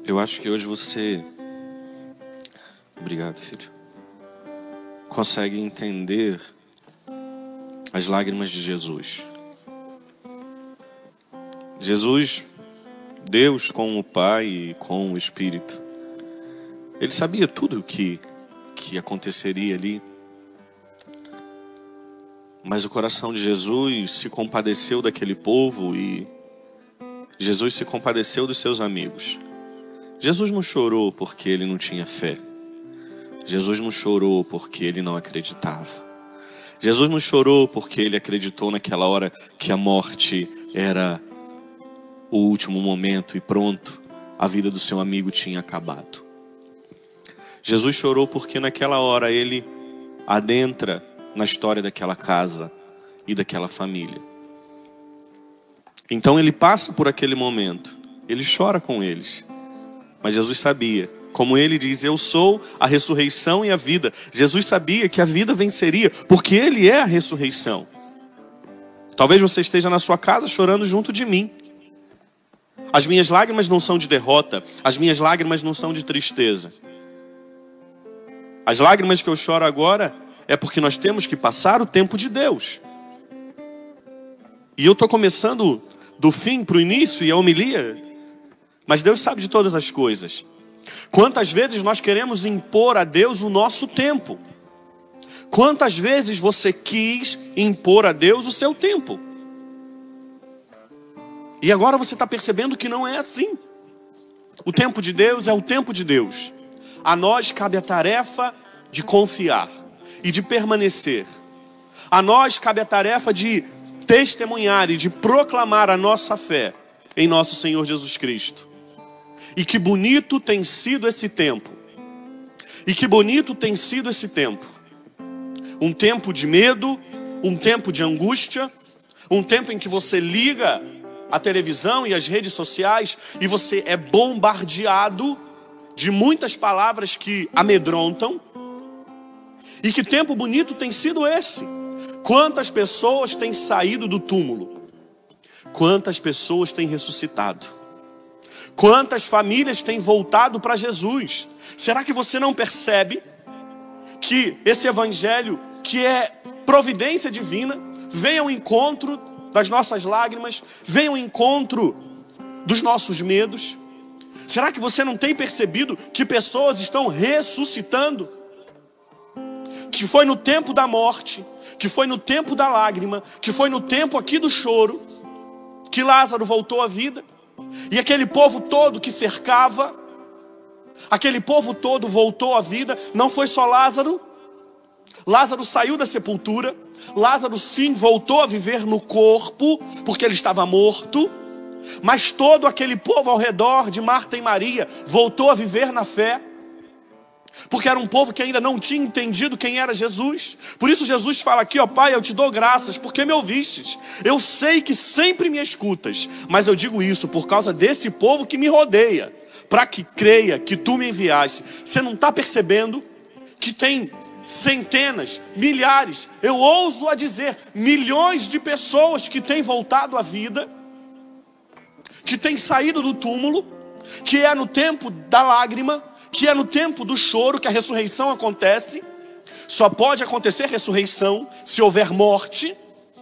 Eu acho que hoje você, obrigado, filho, consegue entender as lágrimas de Jesus. Jesus, Deus com o Pai e com o Espírito, ele sabia tudo o que aconteceria ali. Mas o coração de Jesus se compadeceu daquele povo e Jesus se compadeceu dos seus amigos. Jesus não chorou porque ele não tinha fé. Jesus não chorou porque ele não acreditava. Jesus não chorou porque ele acreditou naquela hora que a morte era o último momento e pronto, a vida do seu amigo tinha acabado. Jesus chorou porque naquela hora ele adentra na história daquela casa e daquela família. Então ele passa por aquele momento, ele chora com eles. Mas Jesus sabia, como ele diz, eu sou a ressurreição e a vida. Jesus sabia que a vida venceria, porque ele é a ressurreição. Talvez você esteja na sua casa chorando junto de mim. As minhas lágrimas não são de derrota, as minhas lágrimas não são de tristeza. As lágrimas que eu choro agora é porque nós temos que passar o tempo de Deus. E eu estou começando do fim para o início e a homilia, mas Deus sabe de todas as coisas. Quantas vezes nós queremos impor a Deus o nosso tempo? Quantas vezes você quis impor a Deus o seu tempo? E agora você está percebendo que não é assim. O tempo de Deus é o tempo de Deus. A nós cabe a tarefa de confiar e de permanecer. A nós cabe a tarefa de testemunhar e de proclamar a nossa fé em nosso Senhor Jesus Cristo. E que bonito tem sido esse tempo. E que bonito tem sido esse tempo. Um tempo de medo, um tempo de angústia, um tempo em que você liga a televisão e as redes sociais e você é bombardeado de muitas palavras que amedrontam. E que tempo bonito tem sido esse. Quantas pessoas têm saído do túmulo? Quantas pessoas têm ressuscitado? Quantas famílias têm voltado para Jesus? Será que você não percebe que esse evangelho, que é providência divina, vem ao encontro das nossas lágrimas, vem ao encontro dos nossos medos? Será que você não tem percebido que pessoas estão ressuscitando? Que foi no tempo da morte, que foi no tempo da lágrima, que foi no tempo aqui do choro, que Lázaro voltou à vida. E aquele povo todo que cercava, aquele povo todo voltou à vida. Não foi só Lázaro. Lázaro saiu da sepultura. Lázaro sim voltou a viver no corpo, porque ele estava morto. Mas todo aquele povo ao redor de Marta e Maria voltou a viver na fé, porque era um povo que ainda não tinha entendido quem era Jesus. Por isso Jesus fala aqui, ó: Pai, eu te dou graças porque me ouvistes. Eu sei que sempre me escutas, mas eu digo isso por causa desse povo que me rodeia, para que creia que tu me enviaste. Você não está percebendo que tem centenas, milhares, eu ouso a dizer, milhões de pessoas que têm voltado à vida, que têm saído do túmulo, que é no tempo da lágrima, que é no tempo do choro que a ressurreição acontece. Só pode acontecer ressurreição se houver morte.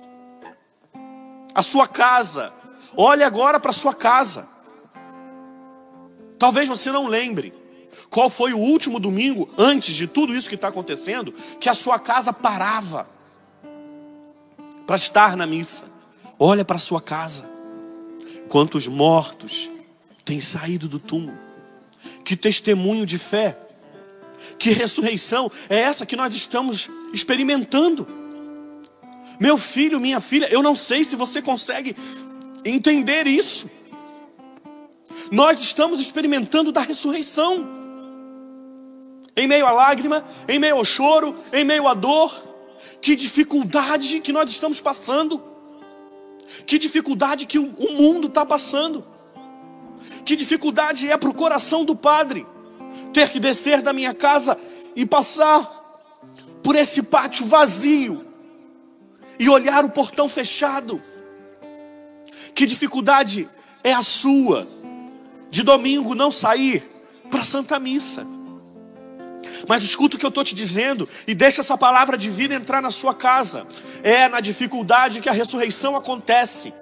A sua casa, olhe agora para a sua casa. Talvez você não lembre qual foi o último domingo, antes de tudo isso que está acontecendo, que a sua casa parava para estar na missa. Olha para a sua casa. Quantos mortos têm saído do túmulo. Que testemunho de fé, que ressurreição é essa que nós estamos experimentando. Meu filho, minha filha, eu não sei se você consegue entender isso. Nós estamos experimentando da ressurreição. Em meio à lágrima, em meio ao choro, em meio à dor. Que dificuldade que nós estamos passando. Que dificuldade que o mundo está passando. Que dificuldade é para o coração do padre ter que descer da minha casa e passar por esse pátio vazio e olhar o portão fechado. Que dificuldade é a sua de domingo não sair para a Santa Missa. Mas escuta o que eu estou te dizendo e deixa essa palavra de vida entrar na sua casa. É na dificuldade que a ressurreição acontece.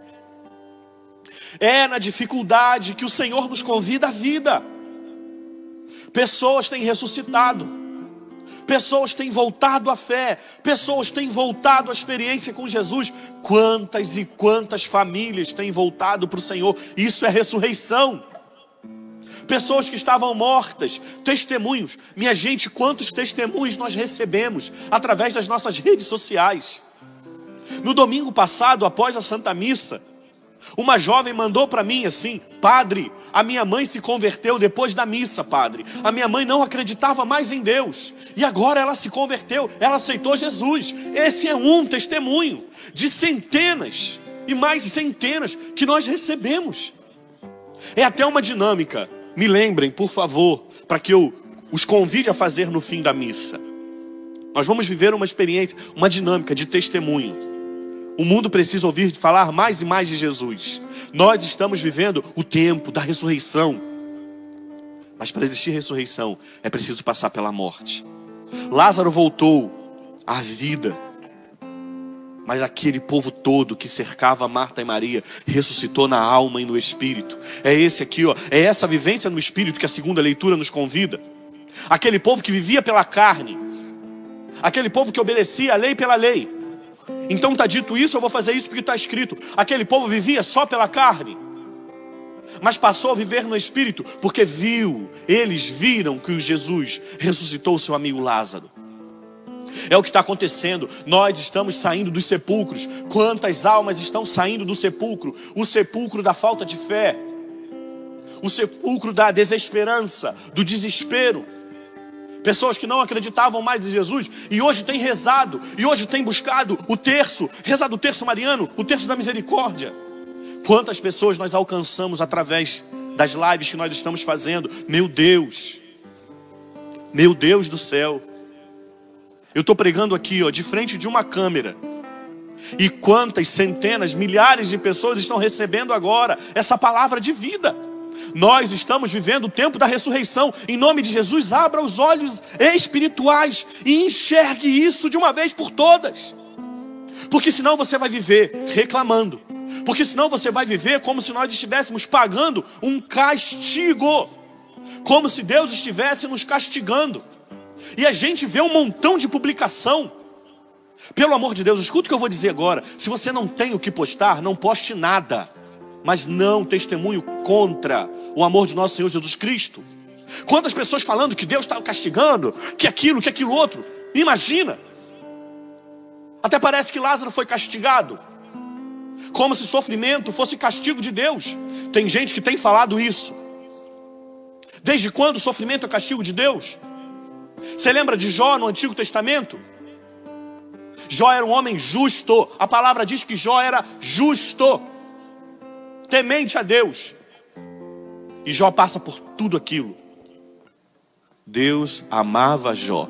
É na dificuldade que o Senhor nos convida à vida. Pessoas têm ressuscitado. Pessoas têm voltado à fé. Pessoas têm voltado à experiência com Jesus. Quantas e quantas famílias têm voltado para o Senhor. Isso é ressurreição. Pessoas que estavam mortas, testemunhos. Minha gente, quantos testemunhos nós recebemos através das nossas redes sociais. No domingo passado, após a Santa Missa, uma jovem mandou para mim assim: padre, a minha mãe se converteu depois da missa, padre. A minha mãe não acreditava mais em Deus. E agora ela se converteu, ela aceitou Jesus. Esse é um testemunho de centenas e mais centenas que nós recebemos. É até uma dinâmica. Me lembrem, por favor, para que eu os convide a fazer no fim da missa. Nós vamos viver uma experiência, uma dinâmica de testemunho. O mundo precisa ouvir falar mais e mais de Jesus. Nós estamos vivendo o tempo da ressurreição. Mas para existir ressurreição, é preciso passar pela morte. Lázaro voltou à vida. Mas aquele povo todo que cercava Marta e Maria ressuscitou na alma e no espírito. É esse aqui, ó, é essa vivência no espírito que a segunda leitura nos convida. Aquele povo que vivia pela carne. Aquele povo que obedecia a lei pela lei. Então está dito isso, eu vou fazer isso porque está escrito. Aquele povo vivia só pela carne, mas passou a viver no espírito, porque eles viram que Jesus ressuscitou o seu amigo Lázaro. É o que está acontecendo. Nós estamos saindo dos sepulcros. Quantas almas estão saindo do sepulcro? O sepulcro da falta de fé, o sepulcro da desesperança, do desespero. Pessoas que não acreditavam mais em Jesus e hoje têm rezado, e hoje têm buscado o terço, rezado o terço mariano, o terço da misericórdia. Quantas pessoas nós alcançamos através das lives que nós estamos fazendo? Meu Deus do céu. Eu estou pregando aqui, ó, de frente de uma câmera. E quantas centenas, milhares de pessoas estão recebendo agora essa palavra de vida. Nós estamos vivendo o tempo da ressurreição. Em nome de Jesus, abra os olhos espirituais e enxergue isso de uma vez por todas. Porque senão você vai viver reclamando. Porque senão você vai viver como se nós estivéssemos pagando um castigo. Como se Deus estivesse nos castigando. E a gente vê um montão de publicação. Pelo amor de Deus, escuta o que eu vou dizer agora. Se você não tem o que postar, não poste nada. Mas não testemunho contra o amor de nosso Senhor Jesus Cristo. Quantas pessoas falando que Deus está castigando, que aquilo outro. Imagina. Até parece que Lázaro foi castigado, como se sofrimento fosse castigo de Deus. Tem gente que tem falado isso. Desde quando o sofrimento é castigo de Deus? Você lembra de Jó no Antigo Testamento? Jó era um homem justo. A palavra diz que Jó era justo, temente a Deus. E Jó passa por tudo aquilo. Deus amava Jó.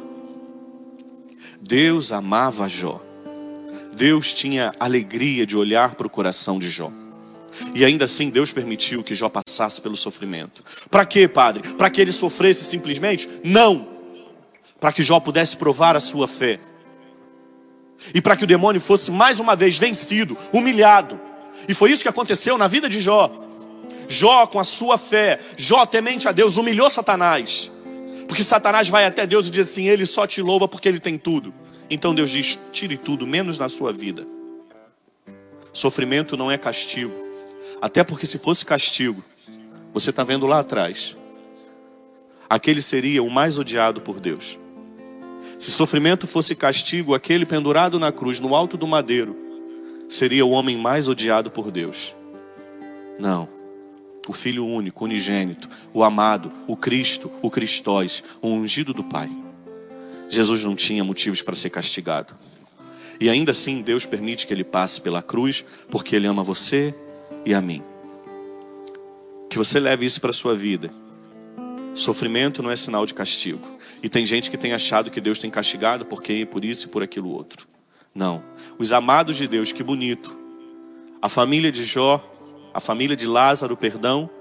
Deus amava Jó. Deus tinha alegria de olhar para o coração de Jó. E ainda assim Deus permitiu que Jó passasse pelo sofrimento. Para quê, padre? Para que ele sofresse simplesmente? Não. Para que Jó pudesse provar a sua fé. E para que o demônio fosse mais uma vez vencido, humilhado. E foi isso que aconteceu na vida de Jó. Jó, com a sua fé, Jó temente a Deus, humilhou Satanás. Porque Satanás vai até Deus e diz assim: ele só te louva porque ele tem tudo. Então Deus diz: tire tudo, menos na sua vida. Sofrimento não é castigo. Até porque se fosse castigo, você está vendo lá atrás, aquele seria o mais odiado por Deus. Se sofrimento fosse castigo, aquele pendurado na cruz, no alto do madeiro, seria o homem mais odiado por Deus. Não. O Filho único, unigênito, o amado, o Cristo, o Cristóis, o ungido do Pai. Jesus não tinha motivos para ser castigado. E ainda assim Deus permite que ele passe pela cruz, porque ele ama você e a mim. Que você leve isso para a sua vida. Sofrimento não é sinal de castigo. E tem gente que tem achado que Deus tem castigado porque por isso e por aquilo outro. Não. Os amados de Deus, que bonito. A família de Jó, a família de Lázaro, perdão,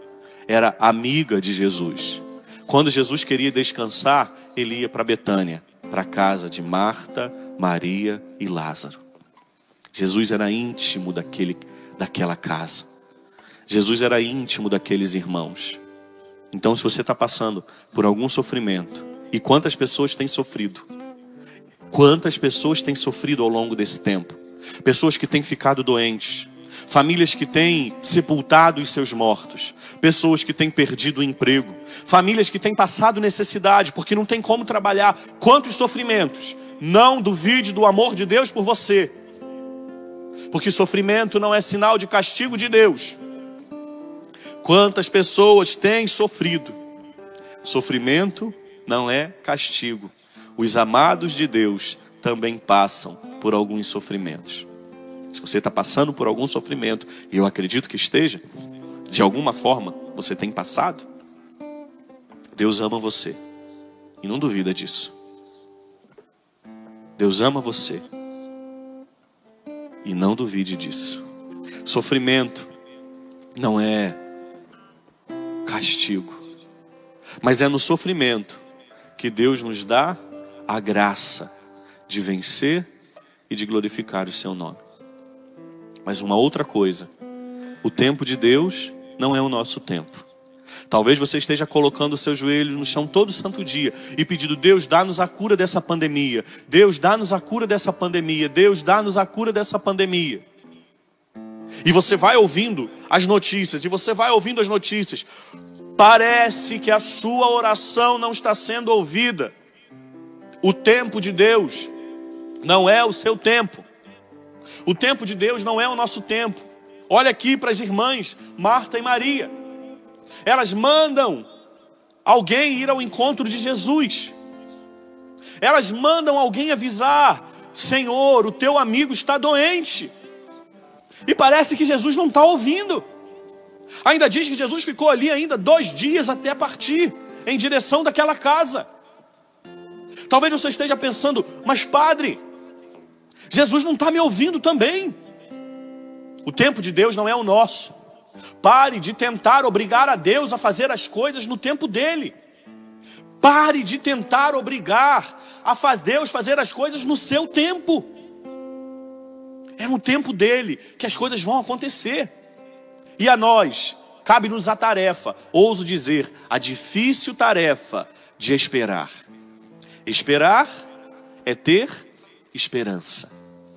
era amiga de Jesus. Quando Jesus queria descansar, ele ia para Betânia, para a casa de Marta, Maria e Lázaro. Jesus era íntimo daquela casa. Jesus era íntimo daqueles irmãos. Então, se você está passando por algum sofrimento, e quantas pessoas têm sofrido? Quantas pessoas têm sofrido ao longo desse tempo? Pessoas que têm ficado doentes, famílias que têm sepultado os seus mortos, pessoas que têm perdido o emprego, famílias que têm passado necessidade porque não tem como trabalhar. Quantos sofrimentos? Não duvide do amor de Deus por você, porque sofrimento não é sinal de castigo de Deus. Quantas pessoas têm sofrido? Sofrimento não é castigo. Os amados de Deus também passam por alguns sofrimentos. Se você está passando por algum sofrimento, e eu acredito que esteja, de alguma forma você tem passado, Deus ama você. E não duvida disso. Deus ama você. E não duvide disso. Sofrimento não é castigo, mas é no sofrimento que Deus nos dá a graça de vencer e de glorificar o seu nome. Mas uma outra coisa, o tempo de Deus não é o nosso tempo. Talvez você esteja colocando os seus joelhos no chão todo santo dia e pedindo: Deus, dá-nos a cura dessa pandemia. Deus, dá-nos a cura dessa pandemia. Deus, dá-nos a cura dessa pandemia. E você vai ouvindo as notícias, Parece que a sua oração não está sendo ouvida. O tempo de Deus não é o seu tempo. O tempo de Deus não é o nosso tempo. Olha aqui para as irmãs Marta e Maria. Elas mandam alguém ir ao encontro de Jesus. Elas mandam alguém avisar: Senhor, o teu amigo está doente. E parece que Jesus não está ouvindo. Ainda diz que Jesus ficou ali ainda 2 dias até partir, em direção daquela casa. Talvez você esteja pensando: mas padre, Jesus não está me ouvindo também. O tempo de Deus não é o nosso. Pare de tentar obrigar a Deus a fazer as coisas no tempo dele. Pare de tentar obrigar a Deus fazer as coisas no seu tempo. É no tempo dele que as coisas vão acontecer. E a nós, cabe-nos a tarefa, ouso dizer, a difícil tarefa de esperar. Esperar é ter esperança.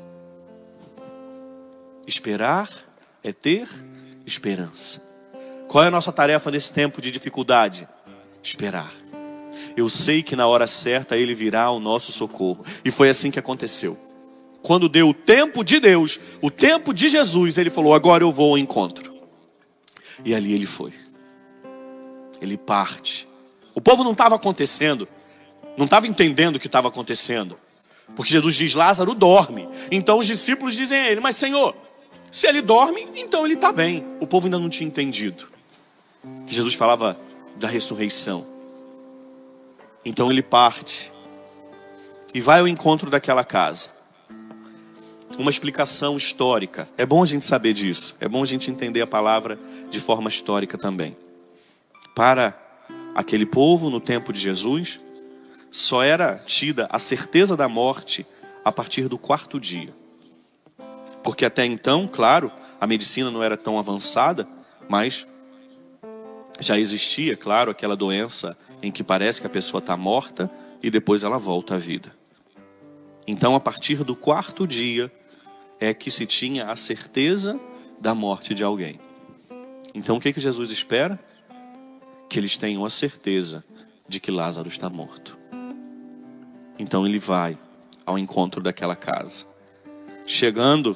Esperar é ter esperança. Qual é a nossa tarefa nesse tempo de dificuldade? Esperar. Eu sei que na hora certa ele virá ao nosso socorro. E foi assim que aconteceu. Quando deu o tempo de Deus, o tempo de Jesus, ele falou: agora eu vou ao encontro. E ali ele foi. Ele parte. O povo não estava acontecendo, não estava entendendo o que estava acontecendo. Porque Jesus diz: Lázaro dorme. Então os discípulos dizem a ele: mas Senhor, se ele dorme, então ele está bem. O povo ainda não tinha entendido que Jesus falava da ressurreição. Então ele parte e vai ao encontro daquela casa. Uma explicação histórica. É bom a gente saber disso. É bom a gente entender a palavra de forma histórica também. Para aquele povo, no tempo de Jesus, só era tida a certeza da morte a partir do 4º dia. Porque até então, claro, a medicina não era tão avançada, mas já existia, claro, aquela doença em que parece que a pessoa está morta e depois ela volta à vida. Então, a partir do 4º dia, é que se tinha a certeza da morte de alguém. Então, o que Jesus espera? Que eles tenham a certeza de que Lázaro está morto. Então, ele vai ao encontro daquela casa. Chegando,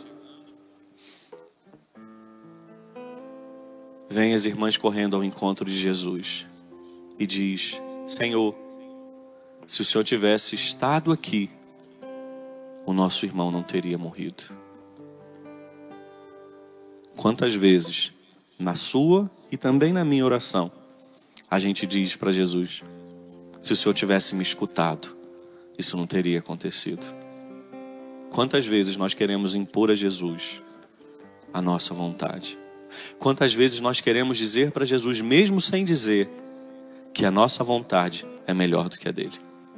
vem as irmãs correndo ao encontro de Jesus e diz: Senhor, se o Senhor tivesse estado aqui, o nosso irmão não teria morrido. Quantas vezes, na sua e também na minha oração, a gente diz para Jesus: se o Senhor tivesse me escutado, isso não teria acontecido. Quantas vezes nós queremos impor a Jesus a nossa vontade? Quantas vezes nós queremos dizer para Jesus, mesmo sem dizer, que a nossa vontade é melhor do que a dele.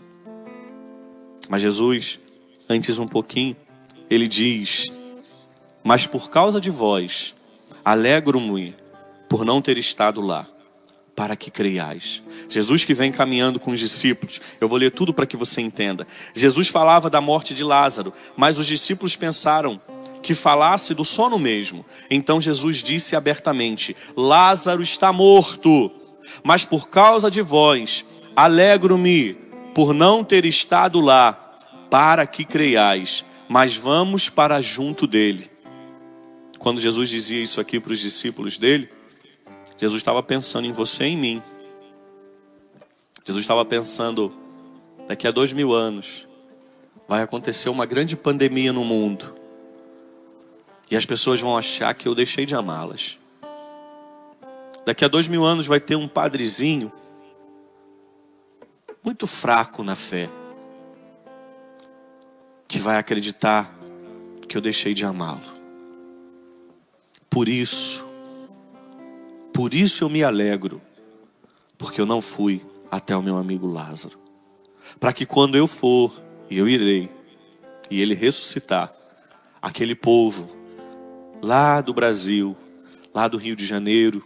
Mas Jesus, antes um pouquinho, ele diz: mas por causa de vós, alegro-me por não ter estado lá, para que creiais. Jesus que vem caminhando com os discípulos, eu vou ler tudo para que você entenda. Jesus falava da morte de Lázaro, mas os discípulos pensaram que falasse do sono mesmo. Então Jesus disse abertamente: Lázaro está morto, mas por causa de vós, alegro-me por não ter estado lá, para que creiais. Mas vamos para junto dele. Quando Jesus dizia isso aqui para os discípulos dele, Jesus estava pensando em você e em mim. Jesus estava pensando, daqui a 2000 anos, vai acontecer uma grande pandemia no mundo. E as pessoas vão achar que eu deixei de amá-las. Daqui a 2000 anos vai ter um padrezinho muito fraco na fé, que vai acreditar que eu deixei de amá-lo. Por isso eu me alegro, porque eu não fui até o meu amigo Lázaro, para que quando eu for, e eu irei, e ele ressuscitar, aquele povo lá do Brasil, lá do Rio de Janeiro,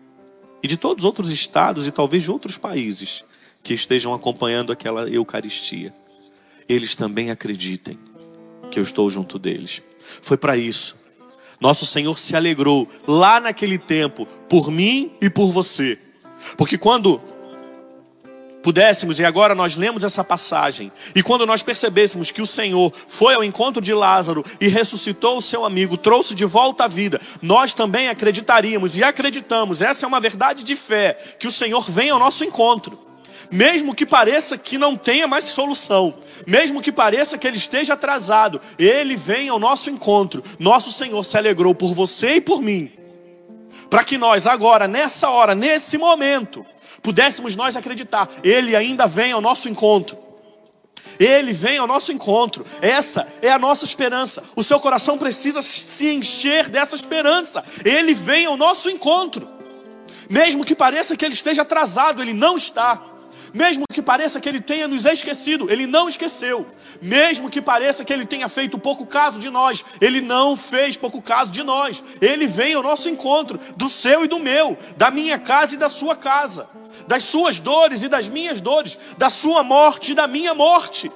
e de todos os outros estados e talvez de outros países que estejam acompanhando aquela Eucaristia, eles também acreditem que eu estou junto deles. Foi para isso. Nosso Senhor se alegrou lá naquele tempo por mim e por você. Porque quando pudéssemos, e agora nós lemos essa passagem, e quando nós percebêssemos que o Senhor foi ao encontro de Lázaro e ressuscitou o seu amigo, trouxe de volta a vida, nós também acreditaríamos e acreditamos, essa é uma verdade de fé, que o Senhor vem ao nosso encontro. Mesmo que pareça que não tenha mais solução, mesmo que pareça que ele esteja atrasado, ele vem ao nosso encontro. Nosso Senhor se alegrou por você e por mim, para que nós agora, nessa hora, nesse momento, pudéssemos nós acreditar, ele ainda vem ao nosso encontro. Ele vem ao nosso encontro. Essa é a nossa esperança. O seu coração precisa se encher dessa esperança. Ele vem ao nosso encontro. Mesmo que pareça que ele esteja atrasado, ele não está. Mesmo que pareça que ele tenha nos esquecido, ele não esqueceu. Mesmo que pareça que ele tenha feito pouco caso de nós, ele não fez pouco caso de nós. Ele vem ao nosso encontro, do seu e do meu, da minha casa e da sua casa, das suas dores e das minhas dores, da sua morte e da minha morte.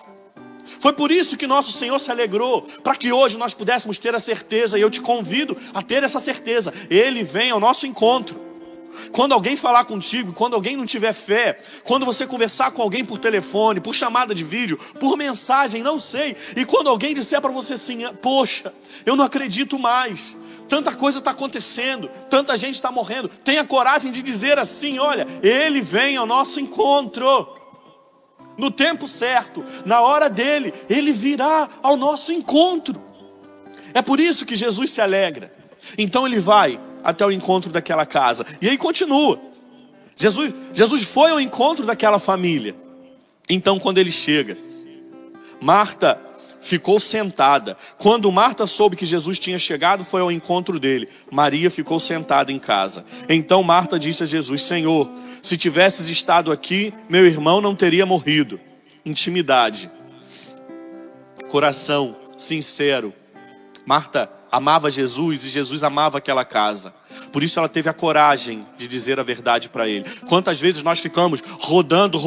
Foi por isso que nosso Senhor se alegrou, para que hoje nós pudéssemos ter a certeza, e eu te convido a ter essa certeza, ele vem ao nosso encontro. Quando alguém falar contigo, quando alguém não tiver fé, quando você conversar com alguém por telefone, por chamada de vídeo, por mensagem, não sei, e quando alguém disser para você assim: poxa, eu não acredito mais, tanta coisa está acontecendo, tanta gente está morrendo, tenha coragem de dizer assim: olha, ele vem ao nosso encontro, no tempo certo, na hora dele, ele virá ao nosso encontro. É por isso que Jesus se alegra. Então ele vai até o encontro daquela casa. E aí continua. Jesus foi ao encontro daquela família. Então quando ele chega, Marta ficou sentada. Quando Marta soube que Jesus tinha chegado, foi ao encontro dele. Maria ficou sentada em casa. Então Marta disse a Jesus: Senhor, se tivesses estado aqui, meu irmão não teria morrido. Intimidade, coração sincero. Marta amava Jesus e Jesus amava aquela casa. Por isso ela teve a coragem de dizer a verdade para ele. Quantas vezes nós ficamos rodando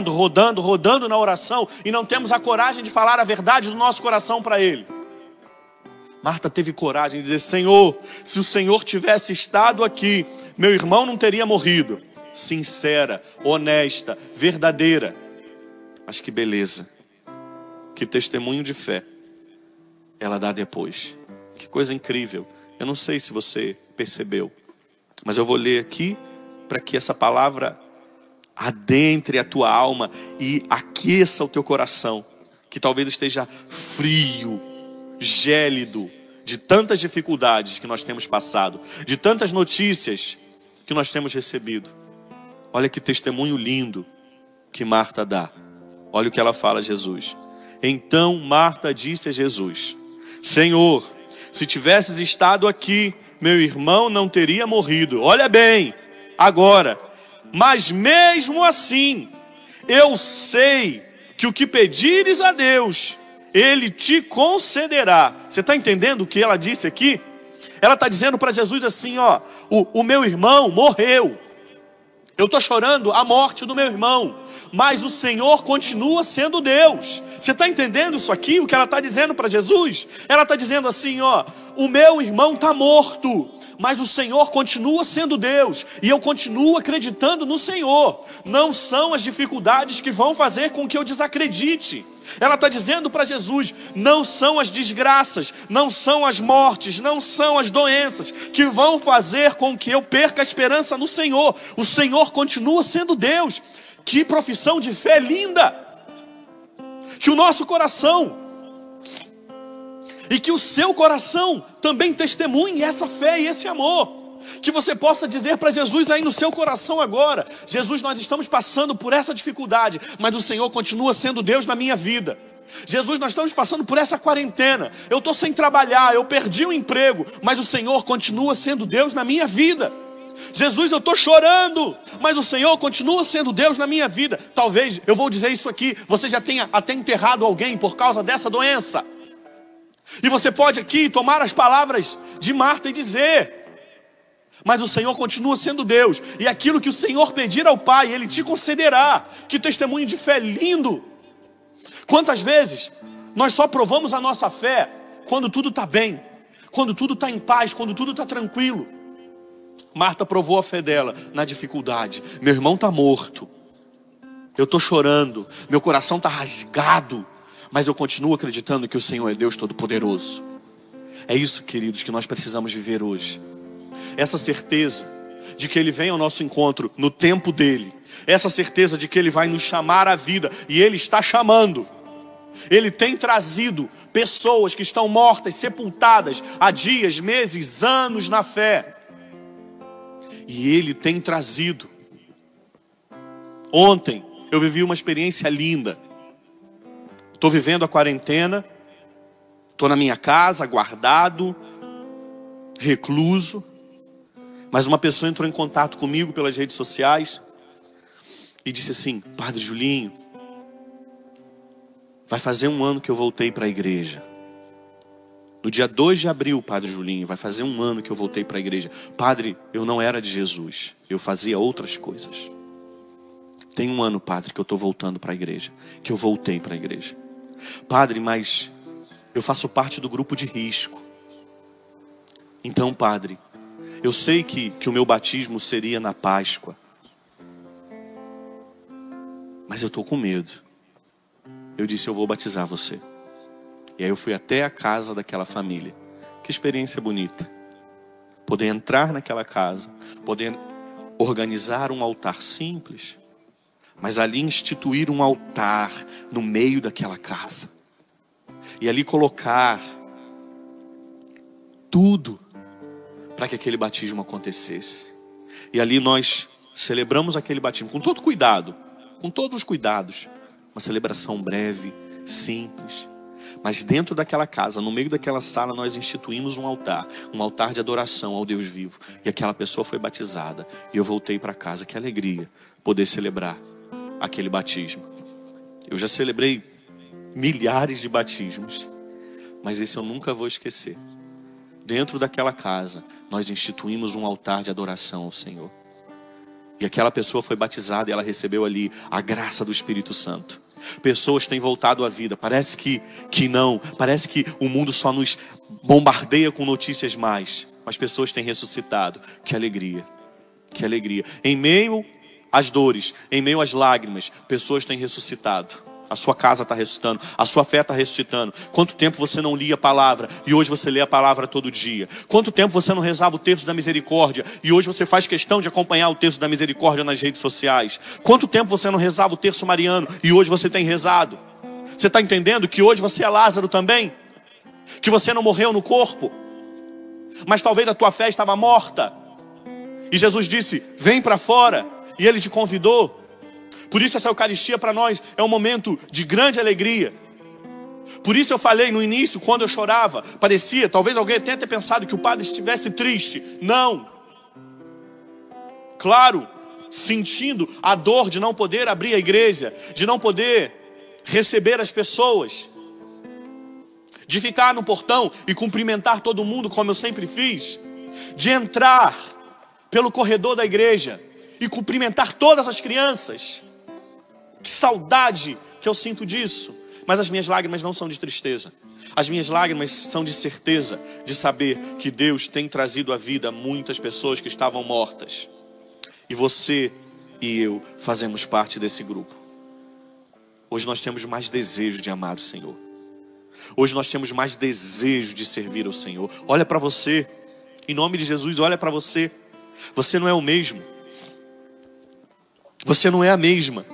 na oração e não temos a coragem de falar a verdade do nosso coração para ele. Marta teve coragem de dizer: Senhor, se o Senhor tivesse estado aqui, meu irmão não teria morrido. Sincera, honesta, verdadeira. Mas que beleza, que testemunho de fé ela dá depois. Que coisa incrível. Eu não sei se você percebeu, mas eu vou ler aqui para que essa palavra adentre a tua alma e aqueça o teu coração, que talvez esteja frio, gélido, de tantas dificuldades que nós temos passado, de tantas notícias que nós temos recebido. Olha que testemunho lindo que Marta dá. Olha o que ela fala a Jesus. Então Marta disse a Jesus: Senhor, se tivesses estado aqui, meu irmão não teria morrido. Olha bem, agora, mas mesmo assim, eu sei que o que pedires a Deus, Ele te concederá. Você está entendendo o que ela disse aqui? Ela está dizendo para Jesus assim, ó, o meu irmão morreu. Eu estou chorando a morte do meu irmão, mas o Senhor continua sendo Deus. Você está entendendo isso aqui, o que ela está dizendo para Jesus? Ela está dizendo assim, ó, o meu irmão está morto, mas o Senhor continua sendo Deus, e eu continuo acreditando no Senhor. Não são as dificuldades que vão fazer com que eu desacredite. Ela está dizendo para Jesus, não são as desgraças, não são as mortes, não são as doenças que vão fazer com que eu perca a esperança no Senhor. O Senhor continua sendo Deus. Que profissão de fé linda! Que o nosso coração e que o seu coração também testemunhe essa fé e esse amor. Que você possa dizer para Jesus aí no seu coração agora, Jesus, nós estamos passando por essa dificuldade, mas o Senhor continua sendo Deus na minha vida. Jesus, nós estamos passando por essa quarentena, eu estou sem trabalhar, eu perdi o emprego, mas o Senhor continua sendo Deus na minha vida. Jesus, eu estou chorando, mas o Senhor continua sendo Deus na minha vida. Talvez, eu vou dizer isso aqui, você já tenha até enterrado alguém por causa dessa doença. E você pode aqui tomar as palavras de Marta e dizer, mas o Senhor continua sendo Deus, e aquilo que o Senhor pedir ao Pai, Ele te concederá. Que testemunho de fé lindo! Quantas vezes nós só provamos a nossa fé quando tudo está bem, quando tudo está em paz, quando tudo está tranquilo. Marta provou a fé dela na dificuldade. Meu irmão está morto, eu estou chorando, meu coração está rasgado, mas eu continuo acreditando que o Senhor é Deus Todo-Poderoso. É isso, queridos, que nós precisamos viver hoje. Essa certeza de que Ele vem ao nosso encontro no tempo dEle. Essa certeza de que Ele vai nos chamar à vida. E Ele está chamando. Ele tem trazido pessoas que estão mortas, sepultadas há dias, meses, anos na fé. E Ele tem trazido. Ontem eu vivi uma experiência linda. Estou vivendo a quarentena. Estou na minha casa, guardado, recluso. Mas uma pessoa entrou em contato comigo pelas redes sociais e disse assim, Padre Julinho, vai fazer 1 ano que eu voltei para a igreja. No dia 2 de abril, Padre Julinho, vai fazer 1 ano que eu voltei para a igreja. Padre, eu não era de Jesus, eu fazia outras coisas. Tem 1 ano, Padre, que eu estou voltando para a igreja, que eu voltei para a igreja. Padre, mas eu faço parte do grupo de risco. Então, Padre, eu sei que o meu batismo seria na Páscoa, mas eu estou com medo. Eu disse, eu vou batizar você. E aí eu fui até a casa daquela família. Que experiência bonita. Poder entrar naquela casa, poder organizar um altar simples, mas ali instituir um altar no meio daquela casa. E ali colocar tudo para que aquele batismo acontecesse. E ali nós celebramos aquele batismo com todo cuidado, com todos os cuidados. Uma celebração breve, simples. Mas dentro daquela casa, no meio daquela sala, nós instituímos um altar de adoração ao Deus vivo. E aquela pessoa foi batizada. E eu voltei para casa. Que alegria poder celebrar aquele batismo. Eu já celebrei milhares de batismos, mas esse eu nunca vou esquecer. Dentro daquela casa, nós instituímos um altar de adoração ao Senhor. E aquela pessoa foi batizada e ela recebeu ali a graça do Espírito Santo. Pessoas têm voltado à vida. Parece que não. Parece que o mundo só nos bombardeia com notícias más. Mas pessoas têm ressuscitado. Que alegria. Que alegria. Em meio às dores, em meio às lágrimas, pessoas têm ressuscitado. A sua casa está ressuscitando, a sua fé está ressuscitando. Quanto tempo você não lia a palavra e hoje você lê a palavra todo dia? Quanto tempo você não rezava o terço da misericórdia e hoje você faz questão de acompanhar o terço da misericórdia nas redes sociais? Quanto tempo você não rezava o terço mariano e hoje você tem rezado? Você está entendendo que hoje você é Lázaro também? Que você não morreu no corpo, mas talvez a tua fé estava morta. E Jesus disse, vem para fora, e Ele te convidou. Por isso essa Eucaristia para nós é um momento de grande alegria. Por isso eu falei no início, quando eu chorava, parecia, talvez alguém tenha até pensado que o padre estivesse triste. Não. Claro, sentindo a dor de não poder abrir a igreja, de não poder receber as pessoas, de ficar no portão e cumprimentar todo mundo como eu sempre fiz, de entrar pelo corredor da igreja e cumprimentar todas as crianças. Que saudade que eu sinto disso. Mas as minhas lágrimas não são de tristeza. As minhas lágrimas são de certeza, de saber que Deus tem trazido à vida muitas pessoas que estavam mortas. E você e eu fazemos parte desse grupo. Hoje nós temos mais desejo de amar o Senhor. Hoje nós temos mais desejo de servir ao Senhor. Olha para você, em nome de Jesus, olha para você. Você não é o mesmo. Você não é a mesma.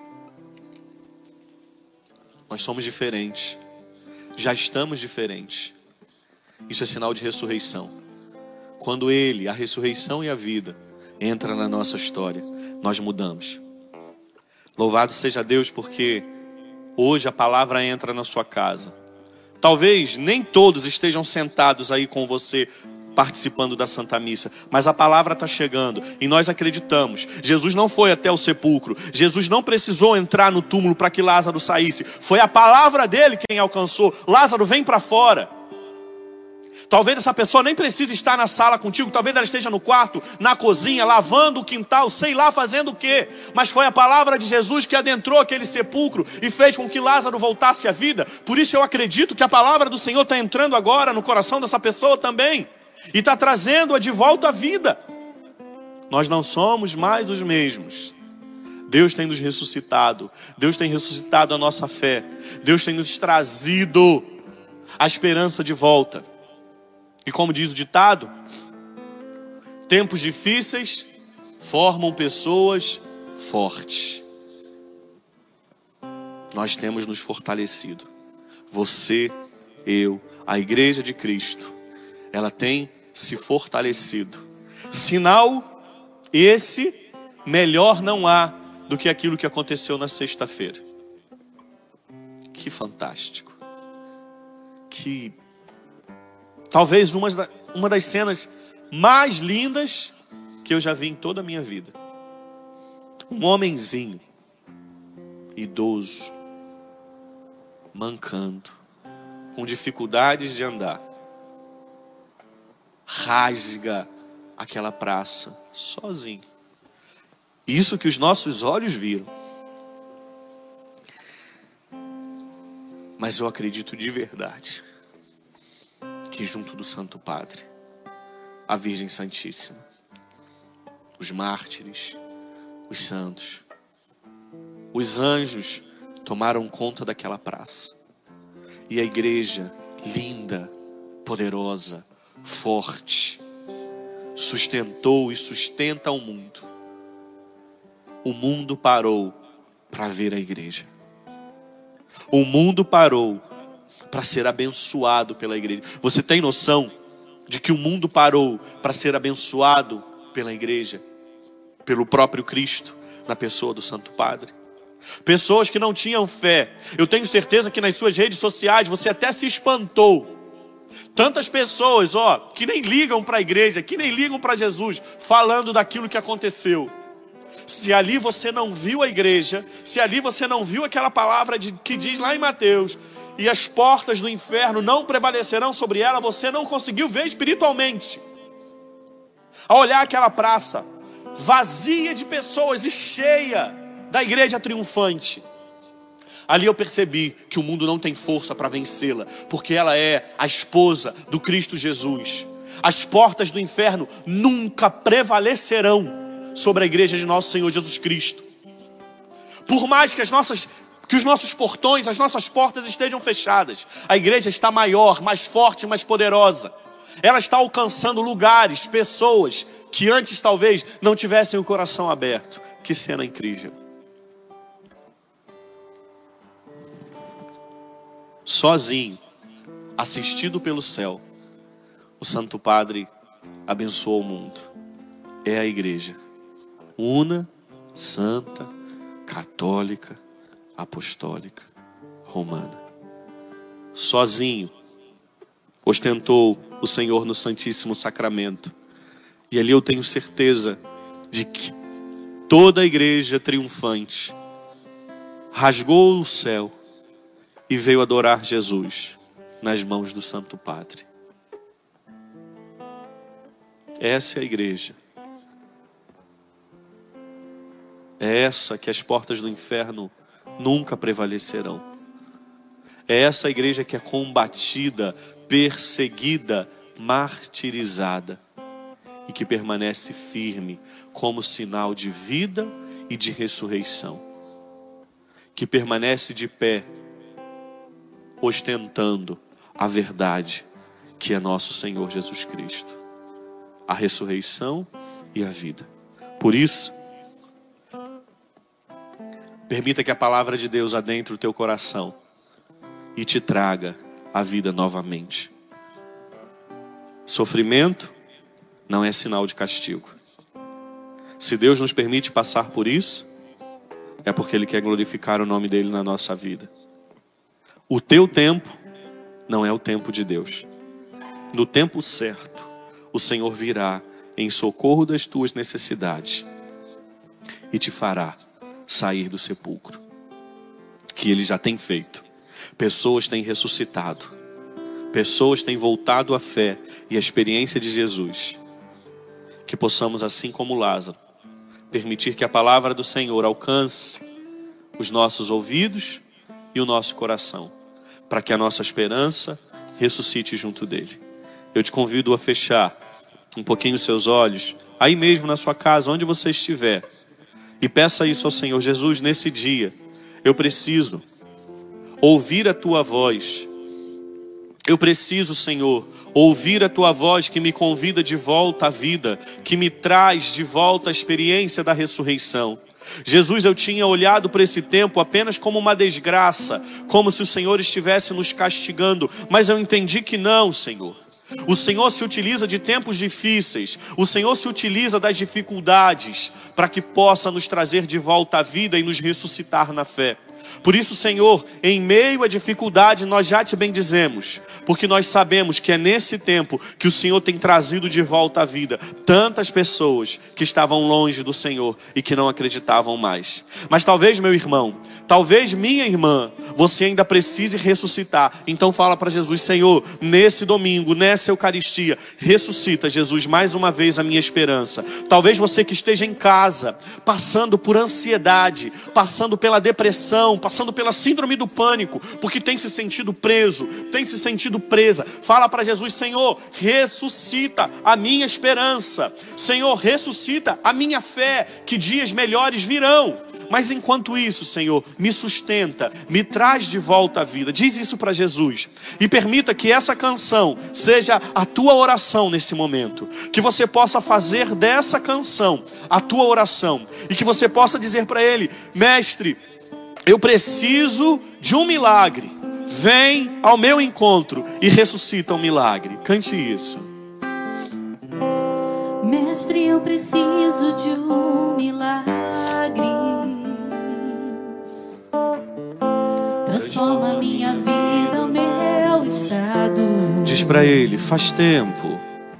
Nós somos diferentes. Já estamos diferentes. Isso é sinal de ressurreição. Quando Ele, a ressurreição e a vida, entra na nossa história, nós mudamos. Louvado seja Deus, porque hoje a palavra entra na sua casa. Talvez nem todos estejam sentados aí com você, participando da Santa Missa, mas a palavra está chegando e nós acreditamos. Jesus não foi até o sepulcro, Jesus não precisou entrar no túmulo para que Lázaro saísse, foi a palavra dele quem alcançou. Lázaro, vem para fora. Talvez essa pessoa nem precise estar na sala contigo, talvez ela esteja no quarto, na cozinha, lavando o quintal, sei lá fazendo o quê, mas foi a palavra de Jesus que adentrou aquele sepulcro e fez com que Lázaro voltasse à vida. Por isso eu acredito que a palavra do Senhor está entrando agora no coração dessa pessoa também e está trazendo-a de volta à vida. Nós não somos mais os mesmos. Deus tem nos ressuscitado, Deus tem ressuscitado a nossa fé, Deus tem nos trazido a esperança de volta. E como diz o ditado, tempos difíceis formam pessoas fortes. Nós temos nos fortalecido. Você, eu, a Igreja de Cristo, ela tem se fortalecido. Sinal esse, melhor não há do que aquilo que aconteceu na sexta-feira. Que fantástico. Que talvez uma das cenas mais lindas que eu já vi em toda a minha vida. Um homenzinho, idoso, mancando, com dificuldades de andar, rasga aquela praça sozinho. Isso que os nossos olhos viram. Mas eu acredito de verdade que junto do Santo Padre, a Virgem Santíssima, os mártires, os santos, os anjos tomaram conta daquela praça. E a igreja, linda, poderosa, forte, sustentou e sustenta o mundo. O mundo parou para ver a igreja. O mundo parou para ser abençoado pela igreja. Você tem noção de que o mundo parou para ser abençoado pela igreja? Pelo próprio Cristo, na pessoa do Santo Padre. Pessoas que não tinham fé. Eu tenho certeza que nas suas redes sociais você até se espantou. Tantas pessoas, que nem ligam para a igreja, que nem ligam para Jesus, falando daquilo que aconteceu. Se ali você não viu a igreja, se ali você não viu aquela palavra que diz lá em Mateus, e as portas do inferno não prevalecerão sobre ela, você não conseguiu ver espiritualmente. Ao olhar aquela praça vazia de pessoas e cheia da igreja triunfante, ali eu percebi que o mundo não tem força para vencê-la, porque ela é a esposa do Cristo Jesus. As portas do inferno nunca prevalecerão sobre a igreja de nosso Senhor Jesus Cristo. Por mais que os nossos portões, as nossas portas estejam fechadas, a igreja está maior, mais forte, mais poderosa. Ela está alcançando lugares, pessoas que antes talvez não tivessem o coração aberto. Que cena incrível. Sozinho, assistido pelo céu, o Santo Padre abençoou o mundo. É a igreja una, santa, católica, apostólica, romana. sozinho, ostentou o Senhor no Santíssimo Sacramento. E ali eu tenho certeza de que toda a igreja triunfante rasgou o céu e veio adorar Jesus nas mãos do Santo Padre. Essa é a igreja. É essa que as portas do inferno nunca prevalecerão. É essa igreja que é combatida, perseguida, martirizada e que permanece firme como sinal de vida e de ressurreição. Que permanece de pé, ostentando a verdade que é nosso Senhor Jesus Cristo, a ressurreição e a vida. Por isso, permita que a palavra de Deus adentre o teu coração e te traga a vida novamente. Sofrimento não é sinal de castigo. Se Deus nos permite passar por isso, é porque Ele quer glorificar o nome dEle na nossa vida. O teu tempo não é o tempo de Deus. No tempo certo, o Senhor virá em socorro das tuas necessidades e te fará sair do sepulcro, que Ele já tem feito. Pessoas têm ressuscitado, pessoas têm voltado à fé e à experiência de Jesus. Que possamos, assim como Lázaro, permitir que a palavra do Senhor alcance os nossos ouvidos e o nosso coração, para que a nossa esperança ressuscite junto dele. Eu te convido a fechar um pouquinho os seus olhos, aí mesmo na sua casa, onde você estiver, e peça isso ao Senhor. Jesus, nesse dia, eu preciso ouvir a tua voz. Eu preciso, Senhor, ouvir a tua voz que me convida de volta à vida, que me traz de volta a experiência da ressurreição. Jesus, eu tinha olhado para esse tempo apenas como uma desgraça, como se o Senhor estivesse nos castigando, mas eu entendi que não, Senhor. O Senhor se utiliza de tempos difíceis, o Senhor se utiliza das dificuldades para que possa nos trazer de volta à vida e nos ressuscitar na fé. Por isso, Senhor, em meio à dificuldade nós já te bendizemos, porque nós sabemos que é nesse tempo que o Senhor tem trazido de volta à vida tantas pessoas que estavam longe do Senhor e que não acreditavam mais. Mas talvez, meu irmão, talvez minha irmã, você ainda precise ressuscitar. Então fala para Jesus: Senhor, nesse domingo, nessa Eucaristia, ressuscita, Jesus, mais uma vez a minha esperança. Talvez você que esteja em casa, passando por ansiedade, passando pela depressão, passando pela síndrome do pânico, porque tem se sentido preso, tem se sentido presa. Fala para Jesus: Senhor, ressuscita a minha esperança. Senhor, ressuscita a minha fé, que dias melhores virão. Mas enquanto isso, Senhor, me sustenta, me traz de volta à vida. Diz isso para Jesus. E permita que essa canção seja a tua oração nesse momento. Que você possa fazer dessa canção a tua oração. E que você possa dizer para Ele: Mestre, eu preciso de um milagre. Vem ao meu encontro e ressuscita um milagre. Cante isso. Mestre, eu preciso de um milagre. Transforma a minha vida, o meu estado. Diz para Ele: faz tempo.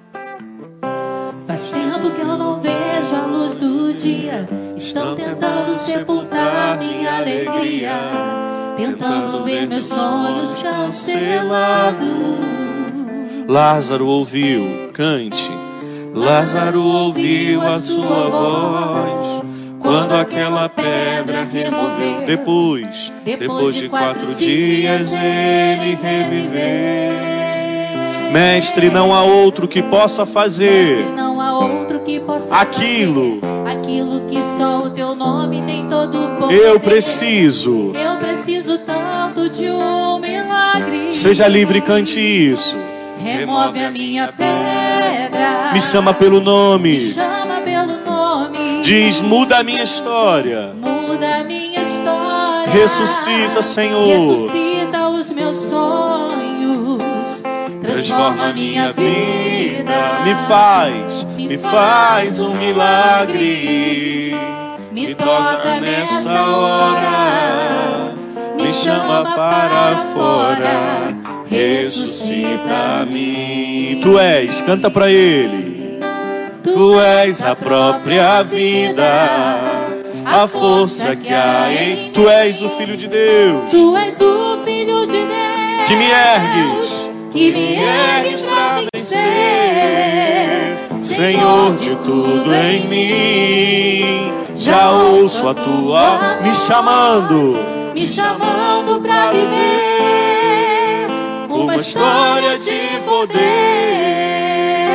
Faz tempo que eu não vejo a luz do dia. Estão tentando sepultar minha alegria, tentando ver meus sonhos cancelados. Lázaro ouviu, cante. Lázaro ouviu a sua voz quando aquela pedra removeu. Depois de 4 dias ele reviveu. Mestre, não há outro que possa fazer. Mestre, não há outro que possa aquilo que só o teu nome tem todo o poder. Eu preciso tanto de um milagre. Seja livre, cante isso. Remove a minha pedra. Me chama pelo nome. Me chama pelo nome. Diz: muda a minha história. Muda a minha história. Ressuscita, Senhor. Ressuscita os meus sonhos. Transforma a minha vida. Me faz um milagre. Me toca nessa hora. Me chama para fora. ressuscita-me. Tu és, canta para Ele. Tu és a própria vida, a força que há em. Tu és o Filho de Deus. Tu és o Filho de Deus. Que me ergues. Que me ergues pra vencer. Senhor de tudo em mim. Já ouço a tua me chamando pra viver uma história de poder.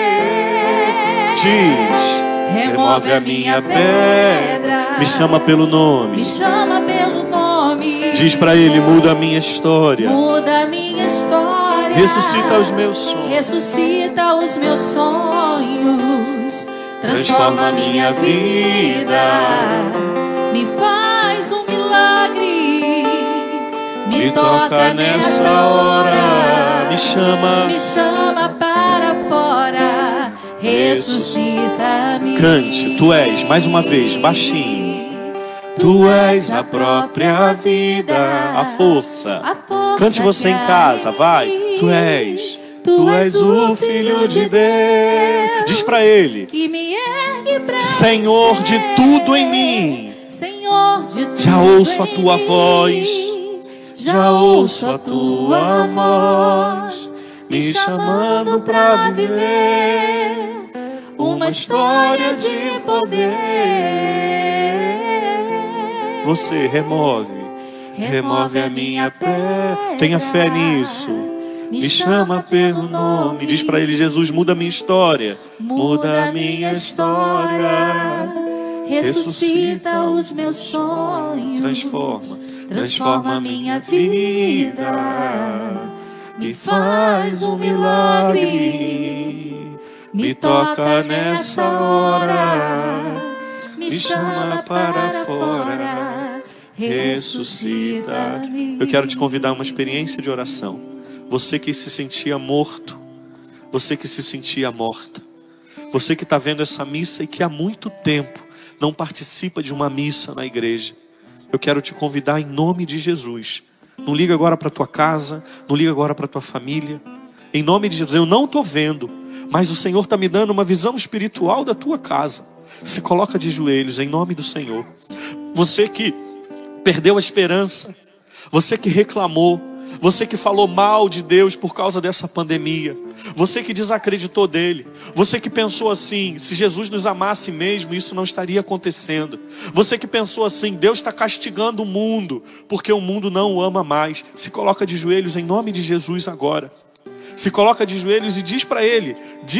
Diz, remove a minha pedra, me chama pelo nome. Diz pra Ele, muda a minha história. Ressuscita os meus sonhos. Transforma a minha vida. Me faz um milagre. Me toca nessa hora. Me chama para fora. Ressuscita-me. Cante, tu és, mais uma vez, baixinho. Tu és a própria vida, a força. Cante você em casa, vai. Tu és o Filho de Deus. Diz pra Ele, que me ergue pra Senhor de tudo em mim. Já ouço a tua voz. Já ouço a tua voz me chamando pra viver uma história de poder. Você remove a minha pé. Tenha fé nisso. Me chama pelo nome. Diz pra Ele, Jesus, muda a minha história. Muda a minha história. Ressuscita os meus sonhos. Transforma a minha vida. Me faz um milagre. Me toca nessa hora. Me chama para fora. Ressuscita-me. Eu quero te convidar a uma experiência de oração. Você que se sentia morto, você que se sentia morta, você que está vendo essa missa e que há muito tempo não participa de uma missa na igreja, eu quero te convidar em nome de Jesus. Não liga agora para tua casa, não liga agora para tua família. Em nome de Jesus, eu não estou vendo, mas o Senhor está me dando uma visão espiritual da tua casa. Se coloca de joelhos em nome do Senhor. Você que perdeu a esperança, você que reclamou, você que falou mal de Deus por causa dessa pandemia, você que desacreditou dele, você que pensou assim, se Jesus nos amasse mesmo, isso não estaria acontecendo. Você que pensou assim, Deus está castigando o mundo, porque o mundo não o ama mais. Se coloca de joelhos em nome de Jesus agora. Se coloca de joelhos e diz para Ele,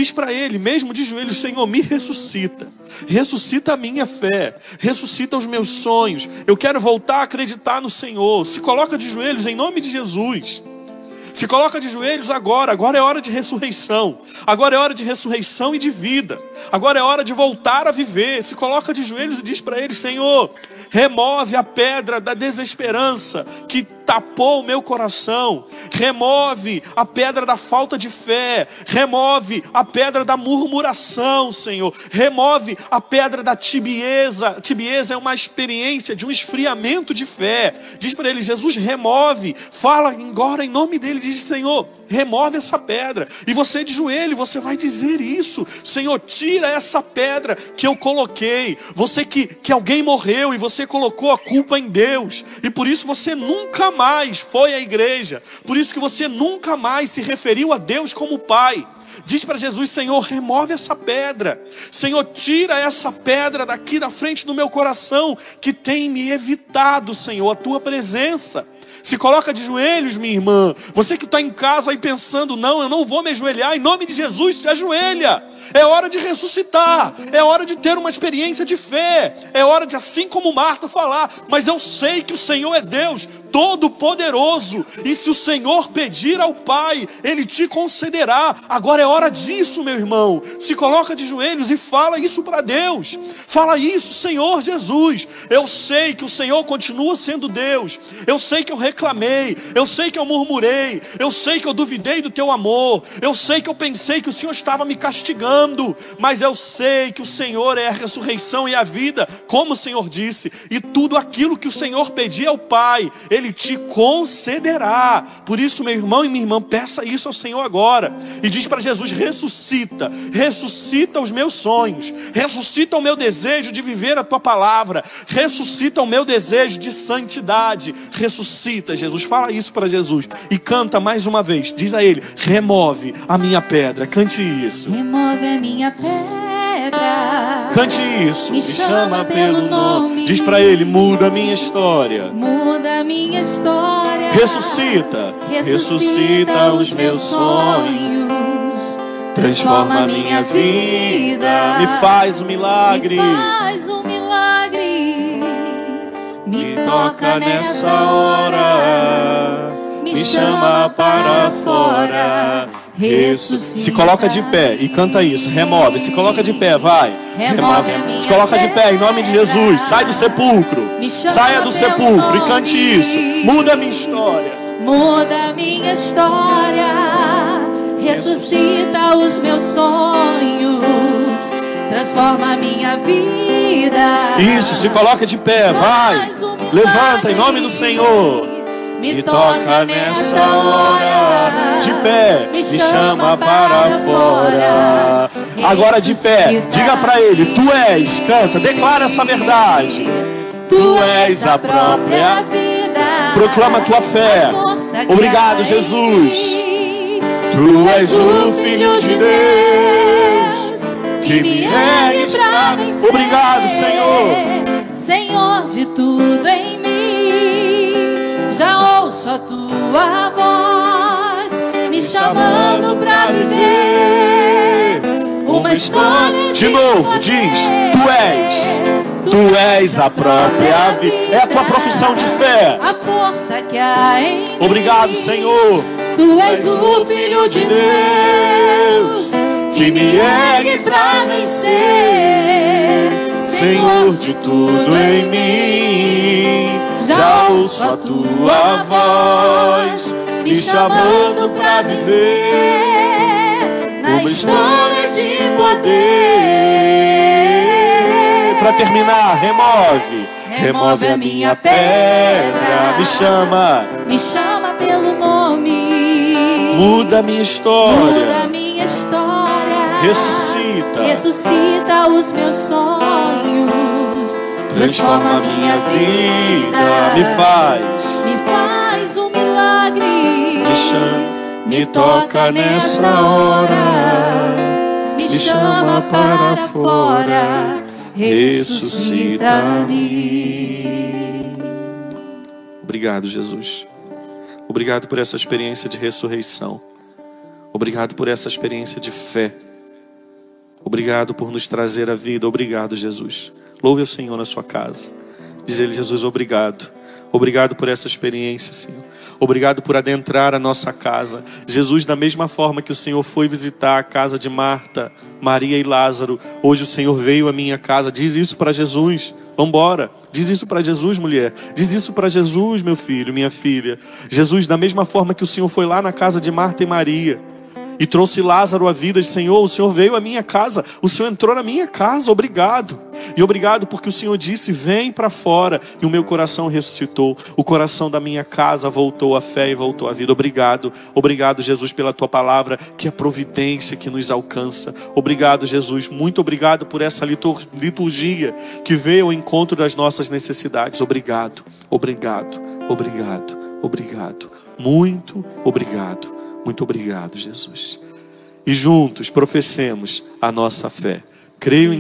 mesmo de joelhos, Senhor, me ressuscita. Ressuscita a minha fé, ressuscita os meus sonhos. Eu quero voltar a acreditar no Senhor. Se coloca de joelhos em nome de Jesus. Se coloca de joelhos agora é hora de ressurreição. Agora é hora de ressurreição e de vida. Agora é hora de voltar a viver. Se coloca de joelhos e diz para Ele, Senhor, remove a pedra da desesperança que tapou o meu coração. Remove a pedra da falta de fé. Remove a pedra da murmuração, Senhor. Remove a pedra da tibieza. Tibieza é uma experiência de um esfriamento de fé. Diz para Ele, Jesus, remove. Fala agora em nome dEle. Diz, Senhor, remove essa pedra. E você de joelho, você vai dizer isso. Senhor, tira essa pedra que eu coloquei. Você que alguém morreu e você colocou a culpa em Deus. E por isso você nunca mais foi à igreja. Por isso que você nunca mais se referiu a Deus como Pai. Diz para Jesus, Senhor, remove essa pedra. Senhor, tira essa pedra daqui da frente do meu coração que tem me evitado, Senhor, a tua presença. Se coloca de joelhos, minha irmã. Você que está em casa aí pensando, não, eu não vou me ajoelhar. Em nome de Jesus, se ajoelha. É hora de ressuscitar. É hora de ter uma experiência de fé. É hora de, assim como Marta, falar, mas eu sei que o Senhor é Deus Todo-Poderoso. E se o Senhor pedir ao Pai, Ele te concederá. Agora é hora disso, meu irmão. Se coloca de joelhos e fala isso para Deus. Fala isso, Senhor Jesus. Eu sei que o Senhor continua sendo Deus. Eu sei que eu reclamei, eu sei que eu murmurei, eu sei que eu duvidei do teu amor, eu sei que eu pensei que o Senhor estava me castigando, mas eu sei que o Senhor é a ressurreição e a vida, como o Senhor disse, e tudo aquilo que o Senhor pedir ao Pai, Ele te concederá. Por isso, meu irmão e minha irmã, peça isso ao Senhor agora, e diz para Jesus: ressuscita, ressuscita os meus sonhos, ressuscita o meu desejo de viver a tua palavra, ressuscita o meu desejo de santidade, ressuscita. Jesus, fala isso para Jesus e canta mais uma vez, diz a Ele: remove a minha pedra. Cante isso. Remove a minha pedra. Cante isso. Me chama pelo nome. Diz para Ele: muda a minha história. Muda a minha história. Ressuscita, ressuscita os meus sonhos, transforma a minha vida, me faz um milagre, me faz um milagre, me toca nessa hora, me chama para fora. Ressuscita. Se coloca de pé e canta isso. Remove. Se coloca de pé, vai. Remove. Se coloca de pé em nome de Jesus. Sai do sepulcro. Saia do sepulcro e cante isso. Muda a minha história. Muda a minha história. Ressuscita os meus sonhos. Transforma a minha vida. Isso, se coloca de pé, vai. Levanta em nome do Senhor. Me toca nessa hora. De pé, me chama para fora. Agora de pé, diga para Ele: tu és, canta, declara essa verdade. Tu és a própria vida. Proclama a tua fé. Obrigado, Jesus. Tu és o Filho de Deus, que me ergue pra vencer. Obrigado, Senhor. Senhor de tudo em mim, já ouço a tua voz, me chamando pra viver uma história de novo, diz: tu és a própria vida. É a tua profissão de fé. A força que há em mim. Obrigado, Senhor. Tu és o Filho de Deus, que me ergue pra vencer. Senhor de tudo em mim, já ouço a tua voz, me chamando pra viver uma história de poder. Pra terminar, remove a minha pedra, me chama pelo nome, muda a minha história, ressuscita os meus sonhos, transforma a minha vida, me faz um milagre, me chama, me toca nessa hora, me chama para fora, ressuscita-me. Obrigado, Jesus. Obrigado por essa experiência de ressurreição. Obrigado por essa experiência de fé. Obrigado por nos trazer a vida. Obrigado, Jesus. Louve o Senhor na sua casa. Diz Ele: Jesus, obrigado. Obrigado por essa experiência, Senhor. Obrigado por adentrar a nossa casa. Jesus, da mesma forma que o Senhor foi visitar a casa de Marta, Maria e Lázaro, hoje o Senhor veio à minha casa. Diz isso para Jesus. Vamos embora. Diz isso para Jesus, mulher. Diz isso para Jesus, meu filho, minha filha. Jesus, da mesma forma que o Senhor foi lá na casa de Marta e Maria e trouxe Lázaro à vida, Senhor, o Senhor veio à minha casa, o Senhor entrou na minha casa. Obrigado. E obrigado porque o Senhor disse: vem para fora. E o meu coração ressuscitou. O coração da minha casa voltou à fé e voltou à vida. Obrigado. Obrigado, Jesus, pela tua palavra, que é a providência que nos alcança. Obrigado, Jesus. Muito obrigado por essa liturgia que veio ao encontro das nossas necessidades. Obrigado. Obrigado. Obrigado. Obrigado. Muito obrigado. Muito obrigado, Jesus. E juntos professemos a nossa fé. Creio em